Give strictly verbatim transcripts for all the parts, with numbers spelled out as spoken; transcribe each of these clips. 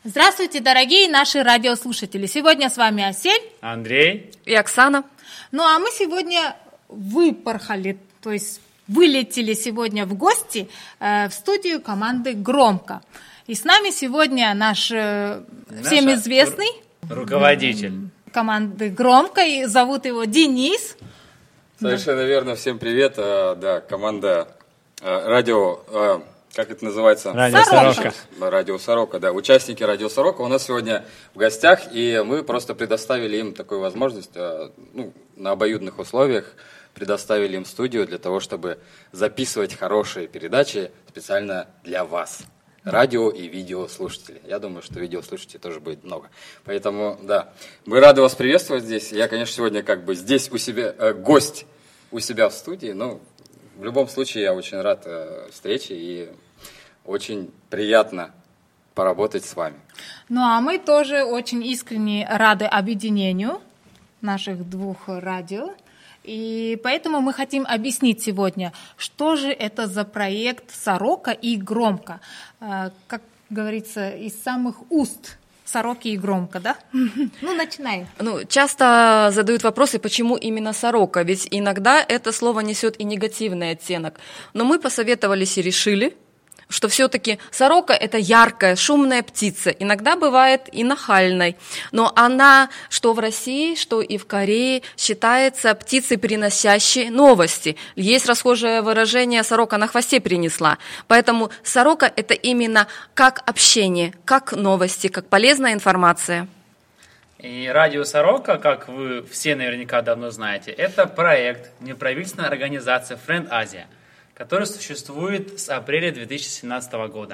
Здравствуйте, дорогие наши радиослушатели! Сегодня с вами Асель, Андрей и Оксана. Ну а мы сегодня выпорхали, то есть вылетели сегодня в гости э, в студию команды «Громко». И с нами сегодня наш э, всем Наш известный руководитель команды «Громко», и зовут его Денис. Совершенно верно, всем привет. А, да, команда а, радио, а, как это называется? Радио Сорока. Радио Сорока, да. Участники Радио Сорока у нас сегодня в гостях, и мы просто предоставили им такую возможность, а, ну, на обоюдных условиях, предоставили им студию для того, чтобы записывать хорошие передачи специально для вас. Радио и видеослушатели. Я думаю, что видеослушателей тоже будет много. Поэтому, да, мы рады вас приветствовать здесь. Я, конечно, сегодня как бы здесь у себя, э, гость у себя в студии, но в любом случае я очень рад э, встрече и очень приятно поработать с вами. Ну а мы тоже очень искренне рады объединению наших двух радио. И поэтому мы хотим объяснить сегодня, что же это за проект «Сорока» и «Громко». Как говорится, из самых уст «Сороки» и «Громко», да? Ну, начинаем. Ну, часто задают вопросы, почему именно «Сорока», ведь иногда это слово несет и негативный оттенок. Но мы посоветовались и решили, что все-таки сорока – это яркая, шумная птица, иногда бывает и нахальной, но она, что в России, что и в Корее, считается птицей, приносящей новости. Есть расхожее выражение «сорока на хвосте принесла», поэтому сорока – это именно как общение, как новости, как полезная информация. И радио Сорока, как вы все наверняка давно знаете, это проект неправительственной организации Friend Asia, который существует с апреля две тысячи семнадцатого года.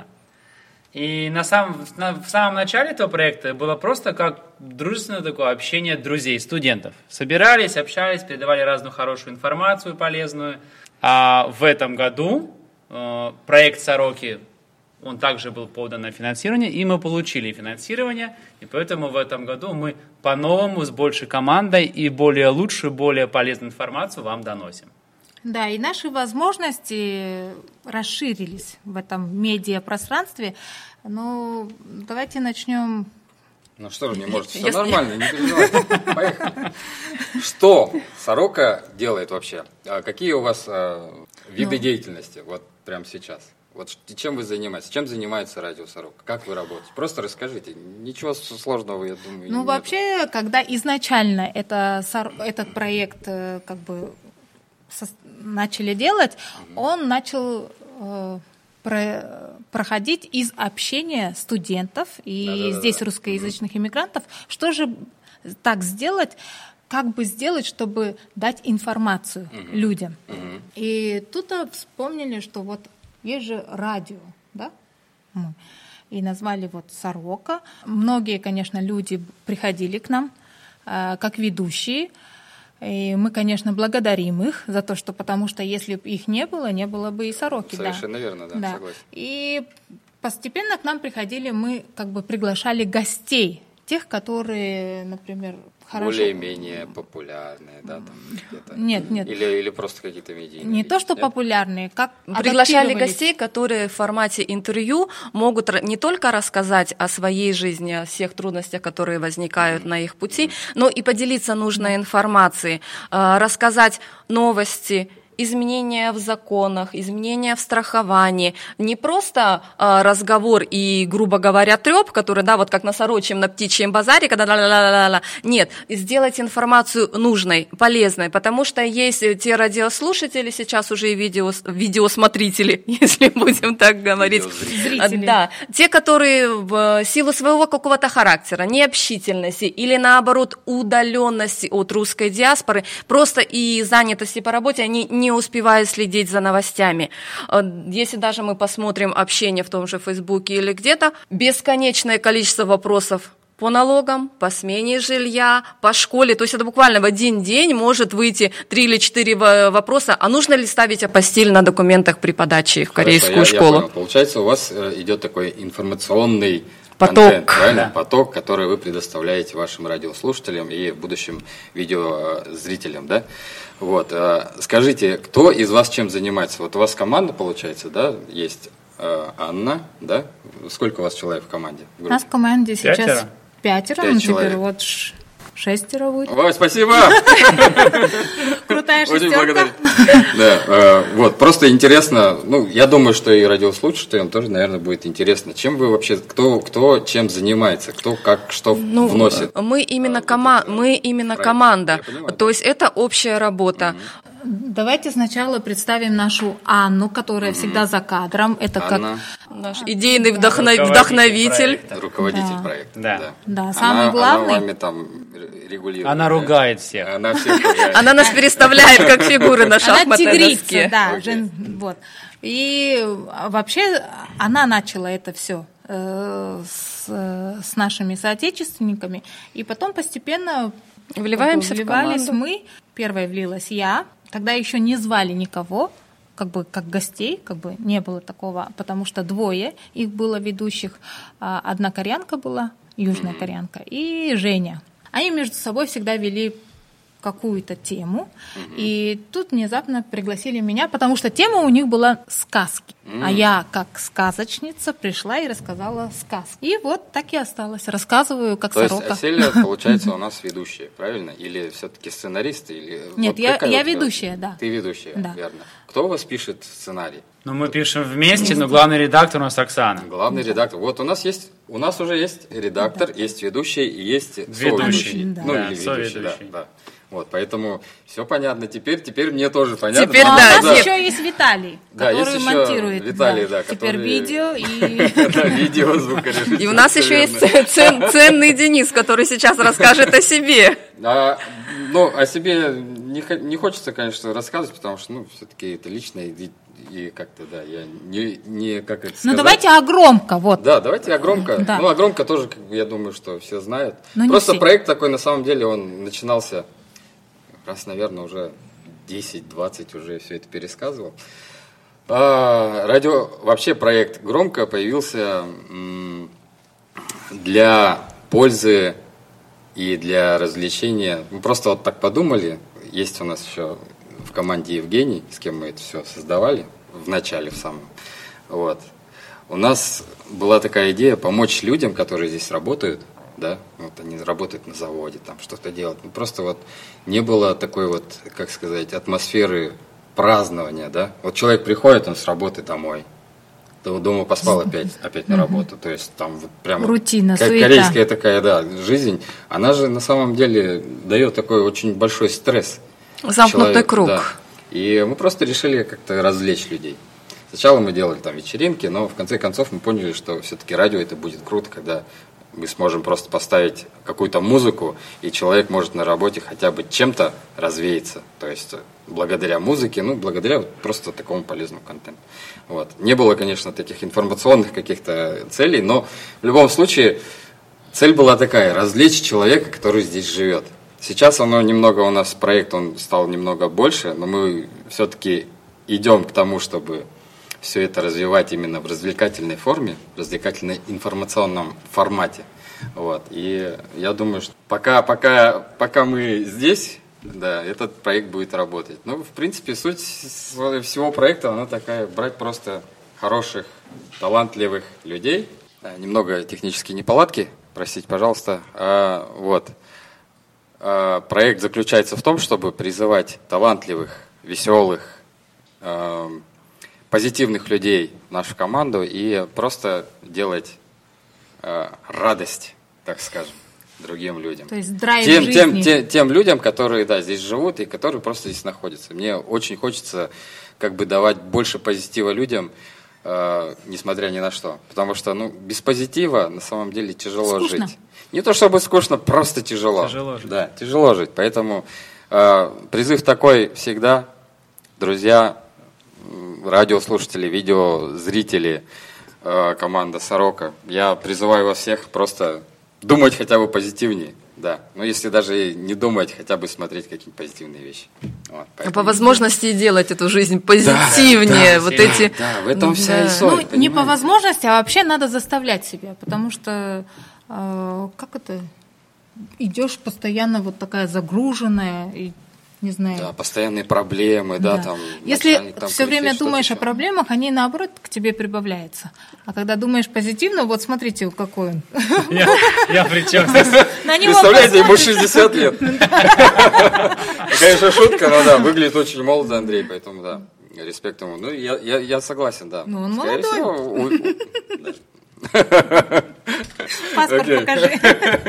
И на самом, на, в самом начале этого проекта было просто как дружественное такое общение друзей, студентов. Собирались, общались, передавали разную хорошую информацию полезную. А в этом году э, проект «Сороки», он также был подан на финансирование, и мы получили финансирование. И поэтому в этом году мы по-новому, с большей командой и более лучшую, более полезную информацию вам доносим. Да, и наши возможности расширились в этом медиапространстве. Ну, давайте начнем. Ну что же, не может, все Если... нормально, не переживайте. Поехали. Что «Сорока» делает вообще? Какие у вас э, виды ну... деятельности вот прямо сейчас? Вот чем вы занимаетесь? Чем занимается радио «Сорока»? Как вы работаете? Просто расскажите. Ничего сложного, я думаю, Ну, нет. Вообще, когда изначально это, этот проект как бы начали делать, mm-hmm. он начал э, про, проходить из общения студентов и Да-да-да. здесь русскоязычных mm-hmm. иммигрантов. Что же так сделать, как бы сделать, чтобы дать информацию mm-hmm. людям? Mm-hmm. И тут вспомнили, что вот есть же радио, да? И назвали вот «Сорока». Многие, конечно, люди приходили к нам э, как ведущие. И мы, конечно, благодарим их за то, что, потому что если бы их не было, не было бы и «Сороки». Совершенно да. верно, да, да, согласен. И постепенно к нам приходили, мы как бы приглашали гостей, тех, которые, например, хорошо... Более-менее популярные, да? Там где-то. Нет, нет. Или, или просто какие-то медийные. Не то, что нет? популярные, как Приглашали гостей, которые в формате интервью могут не только рассказать о своей жизни, о всех трудностях, которые возникают mm-hmm. на их пути, но и поделиться нужной mm-hmm. информацией, рассказать новости, изменения в законах, изменения в страховании. Не просто э, разговор и, грубо говоря, трёп, который, да, вот как на сорочьем, на птичьем базаре, когда ла-ла-ла-ла-ла. Нет, сделать информацию нужной, полезной, потому что есть те радиослушатели, сейчас уже и видео, видеосмотрители, если будем так говорить. Зрители. Да, те, которые в силу своего какого-то характера, необщительности или, наоборот, удаленности от русской диаспоры, просто и занятости по работе, они не не успевают следить за новостями. Если даже мы посмотрим общение в том же Фейсбуке или где-то, бесконечное количество вопросов по налогам, по смене жилья, по школе. То есть это буквально в один день может выйти три или четыре вопроса, а нужно ли ставить апостиль на документах при подаче в корейскую Хорошо, я, школу. Я понял. Получается, у вас идет такой информационный поток, контент, правильно? Да. Поток, который вы предоставляете вашим радиослушателям и будущим видеозрителям, да? Вот. Скажите, кто из вас чем занимается? Вот у вас команда, получается, да, есть? э, Анна, да? Сколько у вас человек в команде? В У нас в команде сейчас Пятеро? пятеро, Пять ну человек. теперь вот ш- шестеро будет. Ой, спасибо! Крутая Очень шестерка. благодарю. Да, э, вот, просто интересно, ну, я думаю, что и радиослушателям тоже, наверное, будет интересно, чем вы вообще, кто, кто чем занимается, кто как, что Ну, вносит. мы именно, а, вот кома- это мы именно проект. команда, Я понимаю, то да. есть это общая работа. Давайте сначала представим нашу Анну, которая всегда за кадром. Это как Анна, Наш идейный вдохно- Руководитель вдохновитель. проекта. руководитель Да. проекта. Да. Да, Она- самый главный. Она вами там регулирует. Она да? ругает всех. Она всех ругает. Она нас переставляет как фигуры на Она шахматной тигрица, доске. да. Окей. жен- вот. И вообще она начала это все с, э, с нашими соотечественниками, и потом постепенно Вливаемся как бы в вливались команду. мы. Первой влилась я. Тогда еще не звали никого, как бы как гостей, как бы не было такого, потому что двое их было ведущих. А, Одна кореянка была, южная кореянка, и Женя. Они между собой всегда вели какую-то тему, и тут внезапно пригласили меня, потому что тема у них была сказки, а я как сказочница пришла и рассказала сказки. И вот так и осталась, рассказываю как То есть сорока. Оселия, получается, у нас ведущая, правильно? Или все-таки сценарист? Или... Нет, вот я- какая я у тебя- ведущая, да. Ты ведущая, Да. верно. Кто у вас пишет сценарий? Ну, мы пишем вместе, но главный редактор у нас Оксана. Главный редактор. Вот у нас есть, у нас уже есть редактор, есть ведущий и есть Ведущий. соведущий. Да. Ну, Да, или ведущий, да, соведущий. да. Вот, поэтому все понятно. Теперь, теперь мне тоже понятно. Теперь А потому у да, нас что- нет. еще есть Виталий, Да, есть который еще монтирует. Виталий, да, Теперь который- видео и... Да, видео, звукорежиссер. И у нас всё еще верно. есть цен- ценный Денис, который сейчас расскажет о себе. А, ну, о себе не, хо- не хочется, конечно, рассказывать, потому что, ну, все-таки это лично, и, и как-то, да, я не, не как это Ну сказать. давайте а громко, вот. Да, давайте о громко. Да. Ну, о громко тоже, как бы, я думаю, что все знают. Но не Просто все. проект такой, на самом деле, он начинался раз, наверное, уже десять-двадцать уже все это пересказывал. А, радио, вообще проект «Громко» появился м, для пользы и для развлечения. Мы просто вот так подумали. Есть у нас еще в команде Евгений, с кем мы это все создавали в начале, в самом. Вот. У нас была такая идея помочь людям, которые здесь работают, да, вот они работают на заводе, там что-то делают. Ну, просто вот не было такой вот, как сказать, атмосферы празднования, да. Вот человек приходит, он с работы домой, то дома поспал опять, опять на работу. То есть там вот прямо Рутина, ко- суета. корейская такая, да, жизнь. Она же на самом деле дает такой очень большой стресс. Замкнутый человеку, круг. да. И мы просто решили как-то развлечь людей. Сначала мы делали там вечеринки, но в конце концов мы поняли, что все-таки радио это будет круто, когда мы сможем просто поставить какую-то музыку, и человек может на работе хотя бы чем-то развеяться. То есть благодаря музыке, ну, благодаря вот просто такому полезному контенту. Вот. Не было, конечно, таких информационных каких-то целей, но в любом случае цель была такая – развлечь человека, который здесь живет. Сейчас оно немного у нас, проект, он стал немного больше, но мы все-таки идем к тому, чтобы все это развивать именно в развлекательной форме, в развлекательно-информационном формате. Вот. И я думаю, что пока, пока, пока мы здесь, да, этот проект будет работать. Ну, в принципе, суть всего проекта, она такая, брать просто хороших, талантливых людей. Немного технические неполадки, простите, пожалуйста. А, вот. А, проект заключается в том, чтобы призывать талантливых, веселых, а, позитивных людей в нашу команду и просто делать э, радость, так скажем, другим людям. То есть драйв Тем, жизни. тем, тем, тем людям, которые да, здесь живут и которые просто здесь находятся. Мне очень хочется как бы давать больше позитива людям, э, несмотря ни на что. Потому что ну, без позитива на самом деле тяжело Скучно. жить. Не то чтобы скучно, просто тяжело. Тяжело жить. Да, тяжело жить. Поэтому э, призыв такой всегда, друзья, радиослушатели, видеозрители, э, команда «Сорока». Я призываю вас всех просто думать хотя бы позитивнее. Да. Но если даже и не думать, хотя бы смотреть какие-то позитивные вещи. Вот, А поэтому- по возможности делать эту жизнь позитивнее. да, вот да, эти... Да, в этом вся и Да. соль. Ну, не по понимаете? возможности, а вообще надо заставлять себя, потому что э, как это идешь постоянно вот такая загруженная, и не знаю. Да, постоянные проблемы, да, Да. там. Если начальник там все время кричит, думаешь о что-то проблемах, они наоборот к тебе прибавляются. А когда думаешь позитивно, вот смотрите, какой он. Я, я при чем здесь? На еще. него Представляете, ему посмотришь. шестьдесят лет. Конечно, шутка, но да, выглядит очень молодо Андрей, поэтому да, респект ему. Ну, я, я, я согласен, да. Ну, он Скорее молодой. всего, у- у- да. Паспорт Окей. покажи.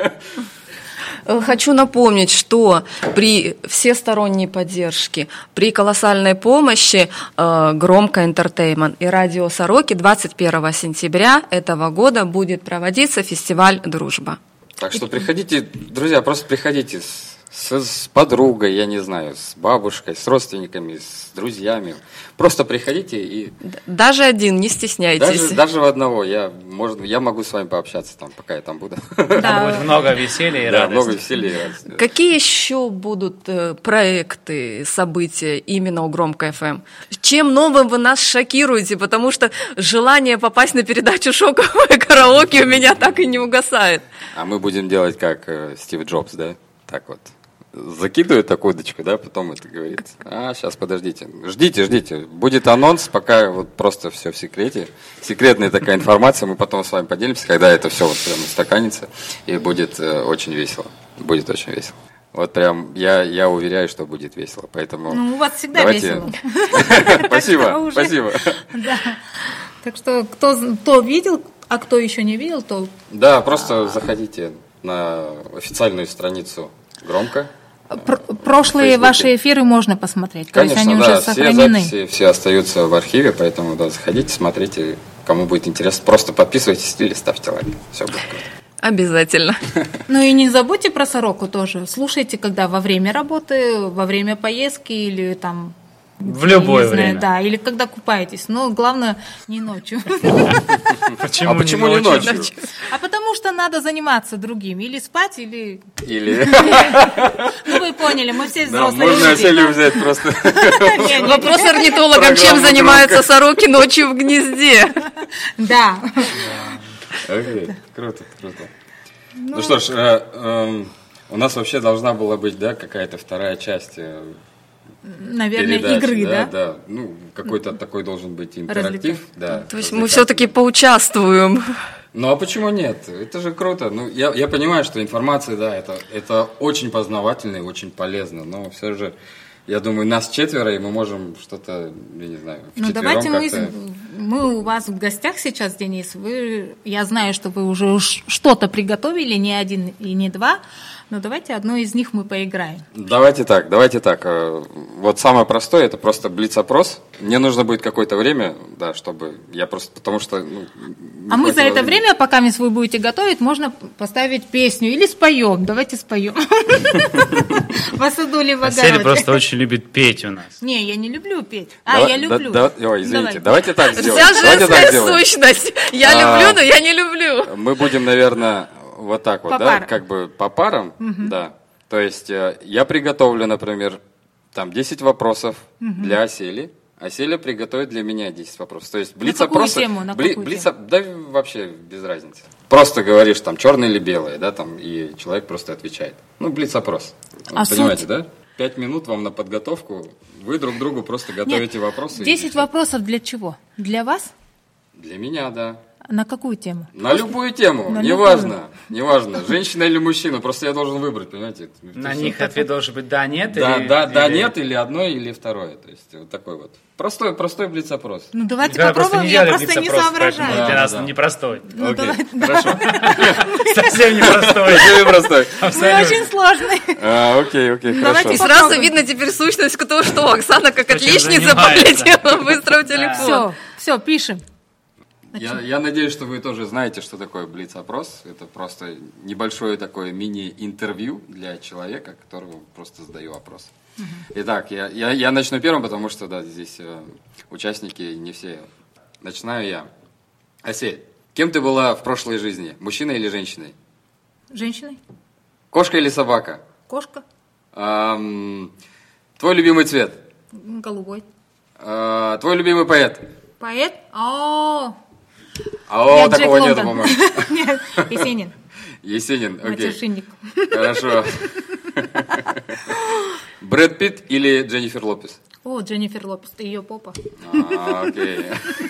Хочу напомнить, что при всесторонней поддержке, при колоссальной помощи э, Громко Entertainment и Радио Сороки двадцать первого сентября этого года будет проводиться фестиваль «Дружба». Так что приходите, друзья, просто приходите с, с- с подругой, я не знаю, с бабушкой, с родственниками, с друзьями. Просто приходите и Д- Даже один, не стесняйтесь. даже, даже в одного я, может, я могу с вами пообщаться там, пока я там буду. Там будет много веселья и Да, много радости. веселья и радости. Какие еще будут э, проекты, события именно у Громко эф эм? Чем новым вы нас шокируете? Потому что желание попасть на передачу «Шоковое караоке» у меня так и не угасает. А мы будем делать как э, Стив Джобс, да? Так вот. Закидывает так удочку, да, потом это говорит. А, сейчас, подождите. Ждите, ждите. Будет анонс, пока вот просто все в секрете. Секретная такая информация, мы потом с вами поделимся, когда это все вот прям устаканится, и будет э, очень весело. Будет очень весело. Вот прям я, я уверяю, что будет весело, поэтому... Ну, у вас всегда давайте- весело. Спасибо, уже. спасибо. Да. Так что кто, кто видел, а кто еще не видел, то Да, просто заходите на официальную страницу Громко. пр- прошлые Фейсбуке. ваши эфиры можно посмотреть. То есть Конечно, они да, уже все сохранены. записи, все остаются в архиве, поэтому да, заходите, смотрите, кому будет интересно, просто подписывайтесь или ставьте лайк. Все будет круто. Обязательно. Ну и не забудьте про сороку тоже. Слушайте, когда во время работы, во время поездки или там... В любое не знаю, время. Да, или когда купаетесь. Но главное, не ночью. Почему, А почему не ночью? А потому что надо заниматься другим. Или спать, или... Или... Ну вы поняли, мы все Да, взрослые можно люди. Оселию взять просто. Не, не, Вопрос орнитологам, чем Программа занимаются «Громко». сороки ночью в гнезде. Да. Окей, круто, круто. Ну что ж, э, эм, у нас вообще должна была быть, да, какая-то вторая часть э, Наверное, передачи, игры, да? да? Да, ну, какой-то такой должен быть интерактив. Да, То есть мы развлекательный. все-таки поучаствуем. Ну а почему нет? Это же круто. Ну, я, я понимаю, что информация, да, это, это очень познавательно и очень полезно, но все же, я думаю, нас четверо, и мы можем что-то, я не знаю, Ну вчетвером давайте мы, как-то... мы у вас в гостях сейчас, Денис. Вы, я знаю, что вы уже уж что-то приготовили, не один и не два, но давайте одно из них мы поиграем. Давайте так, давайте так. э, Вот самое простое, это просто блиц-опрос. Мне нужно будет какое-то время, да, чтобы я просто, потому что... ну, не А мы за хватило это времени. время, пока вы будете готовить, можно поставить песню или споем. Давайте споем. Васадули в Асель огороде. просто очень любит петь у нас. Не, я не люблю петь. А, Давай- я люблю. да- да- ой, извините, Давай. давайте так сделаем. Вся Давайте так женская сделаем. сущность. Я А. люблю, но я не люблю. Мы будем, наверное, вот так вот, По да, парам. как бы по парам, да. То есть э, я приготовлю, например, там десять вопросов для Осели. Оселя приготовит для меня десять вопросов. То есть блиц-опросы... какую тему? На бли- какую блиц- Да вообще без разницы. Просто говоришь там черное или белое, да, там, и человек просто отвечает. Ну, блиц-опрос. А Понимаете, суть? да? Пять минут вам на подготовку. Вы друг другу просто готовите вопросы. и Десять всё. вопросов для чего? Для вас? Для меня, да. На какую тему? На любую тему, На неважно, неважно, женщина или мужчина, просто я должен выбрать, понимаете? На Это них всё- ответ должен быть да, нет Да, или... да, да, или- нет, или одно, или второе, то есть вот такой вот. Простой, простой блиц-опрос. Ну давайте Да, просто попробуем, не я делали просто не блиц-опрос, поэтому соображаю. для Да, нас да. непростой. Ну, Окей, давай- хорошо. Совсем непростой. Очень простой. Вы Абсолютно. очень сложный. А, Окей, окей, Давайте И хорошо. сразу Попробуем. видно теперь сущность, кто что. Оксана как Чем отличница занимается. поглядела быстро в телефон. Все, все, пишем. Я, я надеюсь, что вы тоже знаете, что такое блиц-опрос. Это просто небольшое такое мини-интервью для человека, которому просто задаю вопрос. Итак, я, я, я начну первым, потому что да, здесь э, участники не все. Начинаю я. Осель, кем ты была в прошлой жизни? Мужчиной или женщиной? Женщиной? Кошка или собака? Кошка? Ам, твой любимый цвет? Голубой. А, твой любимый поэт? Поэт? О, А о, Я Джек такого нету, Лондон. по-моему. Нет, Есенин. Есенин, окей. Матершинник. Хорошо. Брэд Питт или Дженнифер Лопес? О, Дженнифер Лопес, ты ее попа. А, окей.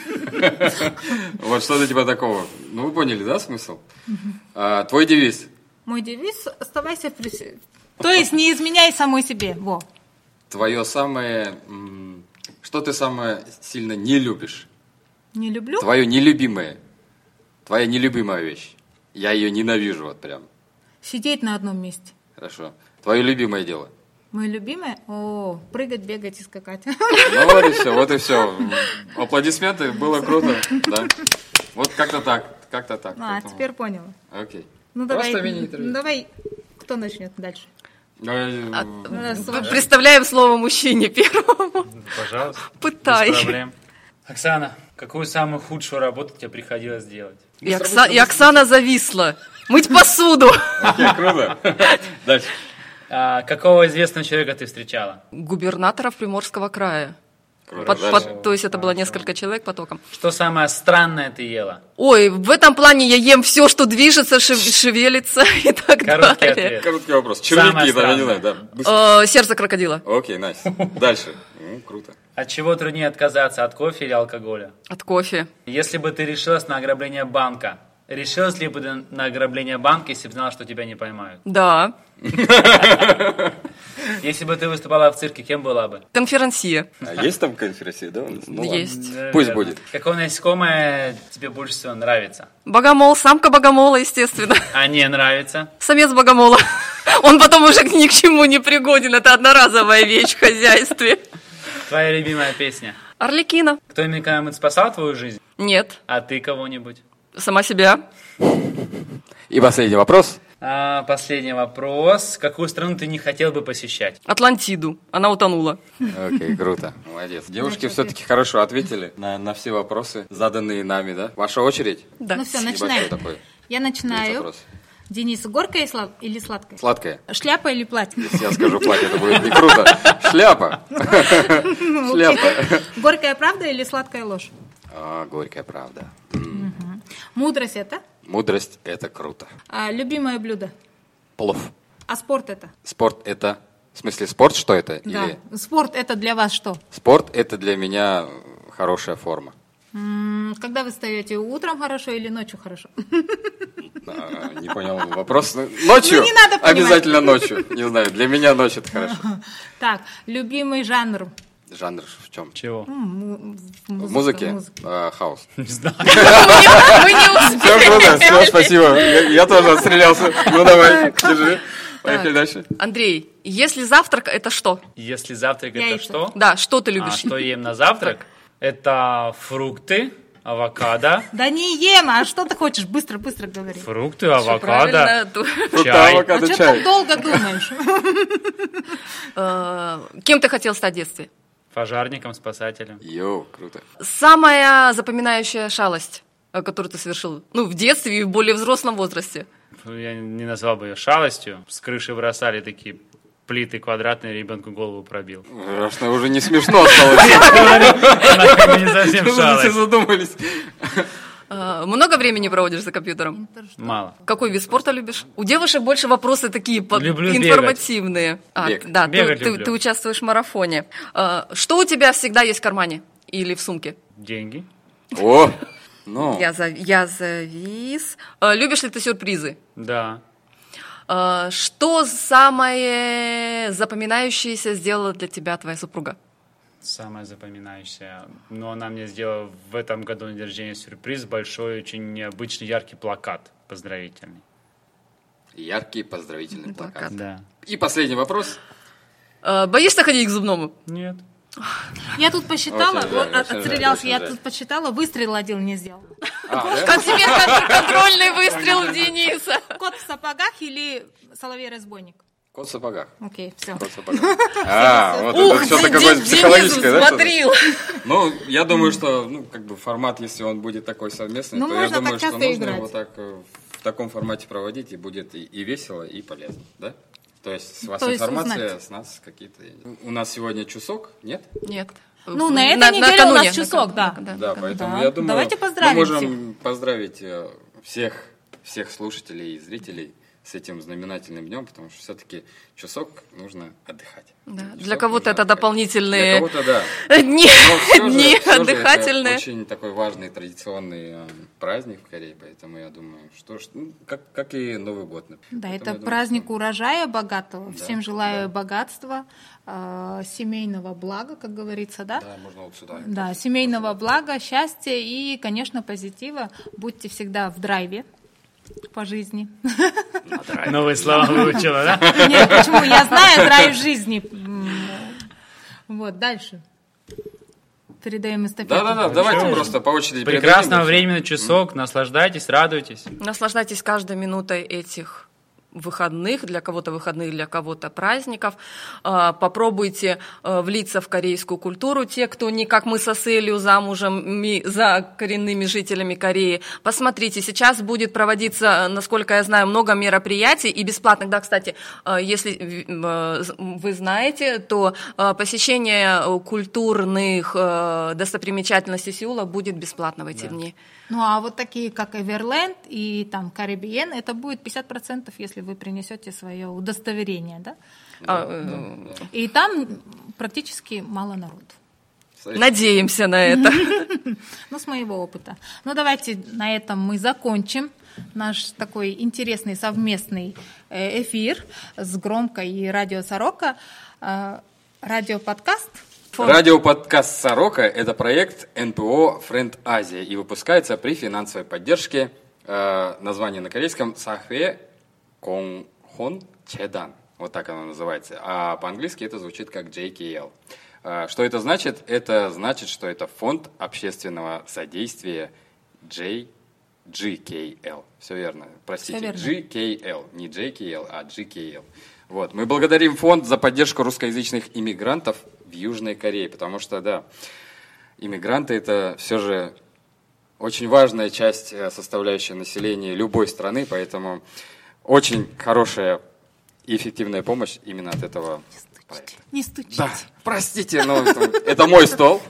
Вот что-то типа такого. Ну, вы поняли, да, смысл? А, твой девиз? Мой девиз – оставайся при себе. То есть не изменяй самой себе. Во. Твое самое... м, Что ты самое сильно не любишь? Не люблю. Твое нелюбимое. Твоя нелюбимая вещь. Я ее ненавижу вот прям. Сидеть на одном месте. Хорошо. Твое любимое дело? Мое любимое? О, прыгать, бегать и скакать. Ну вот и все, вот и все. Аплодисменты, было круто. Да. Вот как-то так, как-то так. А, Поэтому- теперь поняла. Окей. Ну давай, Просто мини-интервью. ну, давай, кто начнет дальше? Давай, А, Ну, да, с вами. Представляем слово мужчине первому. Пожалуйста. Пытай. Без проблем. Оксана, какую самую худшую работу тебе приходилось делать? И, Окса- и Оксана зависла. Мыть посуду. Окей, круто. Дальше. А, какого известного человека ты встречала? Губернаторов Приморского края. Круто. Под- Дальше. под- то есть это было несколько человек потоком. Что самое странное ты ела? Ой, в этом плане я ем все, что движется, шев- шевелится и так Короткий далее. ответ. Короткий вопрос. Самое Червяки, да, я не странное. знаю, да. Быстро. Э, сердце крокодила. Окей, найс. Дальше. Ну, круто. От чего труднее отказаться, от кофе или алкоголя? От кофе. Если бы ты решилась на ограбление банка, решилась ли бы ты на ограбление банка, если бы знала, что тебя не поймают? Да. Если бы ты выступала в цирке, кем была бы? Конферансье. А есть там конференция, да? у нас? Ну, ладно. Есть. Пусть Наверное. будет. Какое насекомое тебе больше всего нравится? Богомол, самка богомола, естественно. А не нравится? Самец богомола. Он потом уже ни к чему не пригоден. Это одноразовая вещь в хозяйстве. Твоя любимая песня? Арлекино. Кто-нибудь когда-нибудь спасал твою жизнь? Нет. А ты кого-нибудь? Сама себя. И последний вопрос. А, последний вопрос. Какую страну ты не хотел бы посещать? Атлантиду. Она утонула. Окей, круто. Молодец. Девушки Значит, все-таки хорошо ответили на, на все вопросы, заданные нами, да? Ваша очередь? Да. Ну все, Небольшой начинаем. такой Я начинаю. вопрос. Денис, горькое или сладкое? Сладкое. Шляпа или платье? Если я скажу платье, это будет не круто. Шляпа. Шляпа. Горькая правда или сладкая ложь? А, горькая правда. Мудрость это? Мудрость – это круто. А, любимое блюдо? Плов. А спорт это? Спорт – это… В смысле, спорт что это? Да. Или Спорт это для вас что? спорт – это для меня хорошая форма. М, Когда вы встаете, утром хорошо или ночью хорошо? А, не понял вопрос. Ну, Ночью? Ну, не надо понимать. Обязательно ночью. Не знаю, для меня ночь – это хорошо. Так, любимый жанр? Жанр в чем? Чего? М, м- В музыке? музыка. А, хаос. Не знаю. Мы не Все успели. круто, все, спасибо. Я, я тоже отстрелялся. Ну давай, держи. Поехали дальше. Андрей, если завтрак, это что? Если завтрак это Яйца. что? Да, что ты А любишь? что ем на завтрак? Это фрукты, авокадо. Да не ем, а что ты хочешь? Быстро, быстро говори. Фрукты, Всё авокадо, правильно. Фрукты, чай. А авокадо, что ты чай. так долго думаешь? Э, Кем ты хотел стать в детстве? Пожарником, спасателем. Йоу, круто. Самая запоминающая шалость, э, которую ты совершил, ну, в детстве и в более взрослом возрасте. Я не назвал бы ее шалостью. С крыши бросали такие плиты квадратные, ребенку голову пробил. Страшно, уже не смешно осталось. Она как бы не совсем Уже все шалость. задумались. Э, Много времени проводишь за компьютером? Мало. Какой вид спорта любишь? У девушек больше вопросы такие по- Люблю информативные. А, Бег. да, ты, Бегать ты- люблю. ты участвуешь в марафоне. Э, Что у тебя всегда есть в кармане или в сумке? Деньги. О, ну, Я, зав- я завис. Э, Любишь ли ты сюрпризы? Да. Э, Что самое запоминающееся сделала для тебя твоя супруга? Самое запоминающее. Но она мне сделала в этом году на день рождения сюрприз. Большой, очень необычный, яркий плакат поздравительный. яркий поздравительный плакат. Плакат. Да. И последний вопрос. Э, Боишься ходить к зубному? Нет. Я тут посчитала, Очень жаль, вот, очень жаль, отстрелялся, очень я жаль. тут посчитала, выстрел один не сделал. А, да? Как тебе кон- контрольный выстрел в Дениса? Кот в сапогах или соловей-разбойник? Кот в сапогах. Окей, все. Кот в сапогах. А, вот это Ух, что-то Де- какое-то Де- психологическое, Денис да? что-то? смотрел. Ну, я думаю, что, ну, как бы формат, если он будет такой совместный, Ну, то я можно думаю, так что часто нужно играть. его так э, в таком формате проводить, и будет и, и весело, и полезно, да? То есть с вас То есть информация, узнать. с нас какие-то... У нас сегодня часок, нет? Нет. Ну, на этой неделе у нас часок, да. Да, поэтому Да. я думаю, Давайте поздравим мы можем поздравить э, всех, всех слушателей и зрителей с этим знаменательным днем, потому что все-таки часок нужно отдыхать. Да. Часок Для кого-то это отдыхать. дополнительные Для кого-то, да. дни, Но дни все же, все же отдыхательные. это очень такой важный традиционный э, праздник в Корее, поэтому я думаю, что ж, ну, как, как и Новый год. Например. Да, Поэтому это я думаю, праздник что- урожая богатого. Да, Всем желаю да. богатства, э, семейного блага, как говорится, да? Да, можно вот сюда. Да, семейного блага, счастья и, конечно, позитива. Будьте всегда в драйве по жизни. Новые слова выучила, да? Нет, почему? Я знаю драйв жизни. М, Вот, дальше. Передаем эстафету. Да-да-да, давайте Хорошо. просто по очереди Прекрасного передадим. времени, часок, наслаждайтесь, радуйтесь. Наслаждайтесь каждой минутой этих выходных, для кого-то выходных, для кого-то праздников. А, Попробуйте а, влиться в корейскую культуру. Те, кто не как мы со Селью замужем ми- за коренными жителями Кореи, посмотрите, сейчас будет проводиться, насколько я знаю, много мероприятий и бесплатных. Да, кстати, а, если а, вы знаете, то а, посещение культурных а, достопримечательностей Сеула будет бесплатно в эти Да. дни. Ну, а вот такие, как Эверленд и там Caribbean, это будет пятьдесят процентов, если вы принесете свое удостоверение, да? А, э, И там практически мало народу. Надеемся на это. Ну, с моего опыта. Ну, давайте на этом мы закончим наш такой интересный совместный э, эфир с Громкой и Радио Сорока. Э, Радиоподкаст. Радиоподкаст «Сорока» — это проект эн пэ о «Friend Азия» и выпускается при финансовой поддержке, э, название на корейском «Сахве Конхон Чедан». Вот так оно называется. А по-английски это звучит как джей кей эл. Э, что это значит? Это значит, что это фонд общественного содействия джей кей эл. Все верно. Простите, Всё верно. джей кей эл. Не джей кей эл, а джей кей эл. Вот. Мы благодарим фонд за поддержку русскоязычных иммигрантов в Южной Корее, потому что, да, иммигранты – это все же очень важная часть, э, составляющая населения любой страны, поэтому очень хорошая и эффективная помощь именно от этого проекта. Не стучите. Да, простите, но это, это мой стол.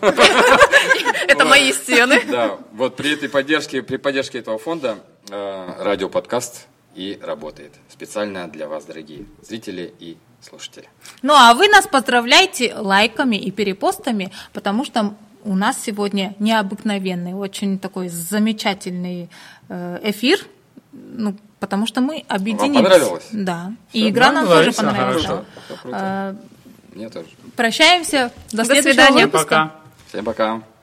Это мои стены. Да, вот при этой поддержке, при поддержке этого фонда э, радиоподкаст и работает. Специально для вас, дорогие зрители и слушатели. Ну, а вы нас поздравляйте лайками и перепостами, потому что у нас сегодня необыкновенный, очень такой замечательный э, эфир, ну, потому что мы объединились. Вам понравилось? Да. Всё, И игра нам нам тоже нравится, понравилась. хорошо. Всё круто. Э, Мне тоже. Прощаемся. До До следующего свидания. выпуска. Пока. Всем пока.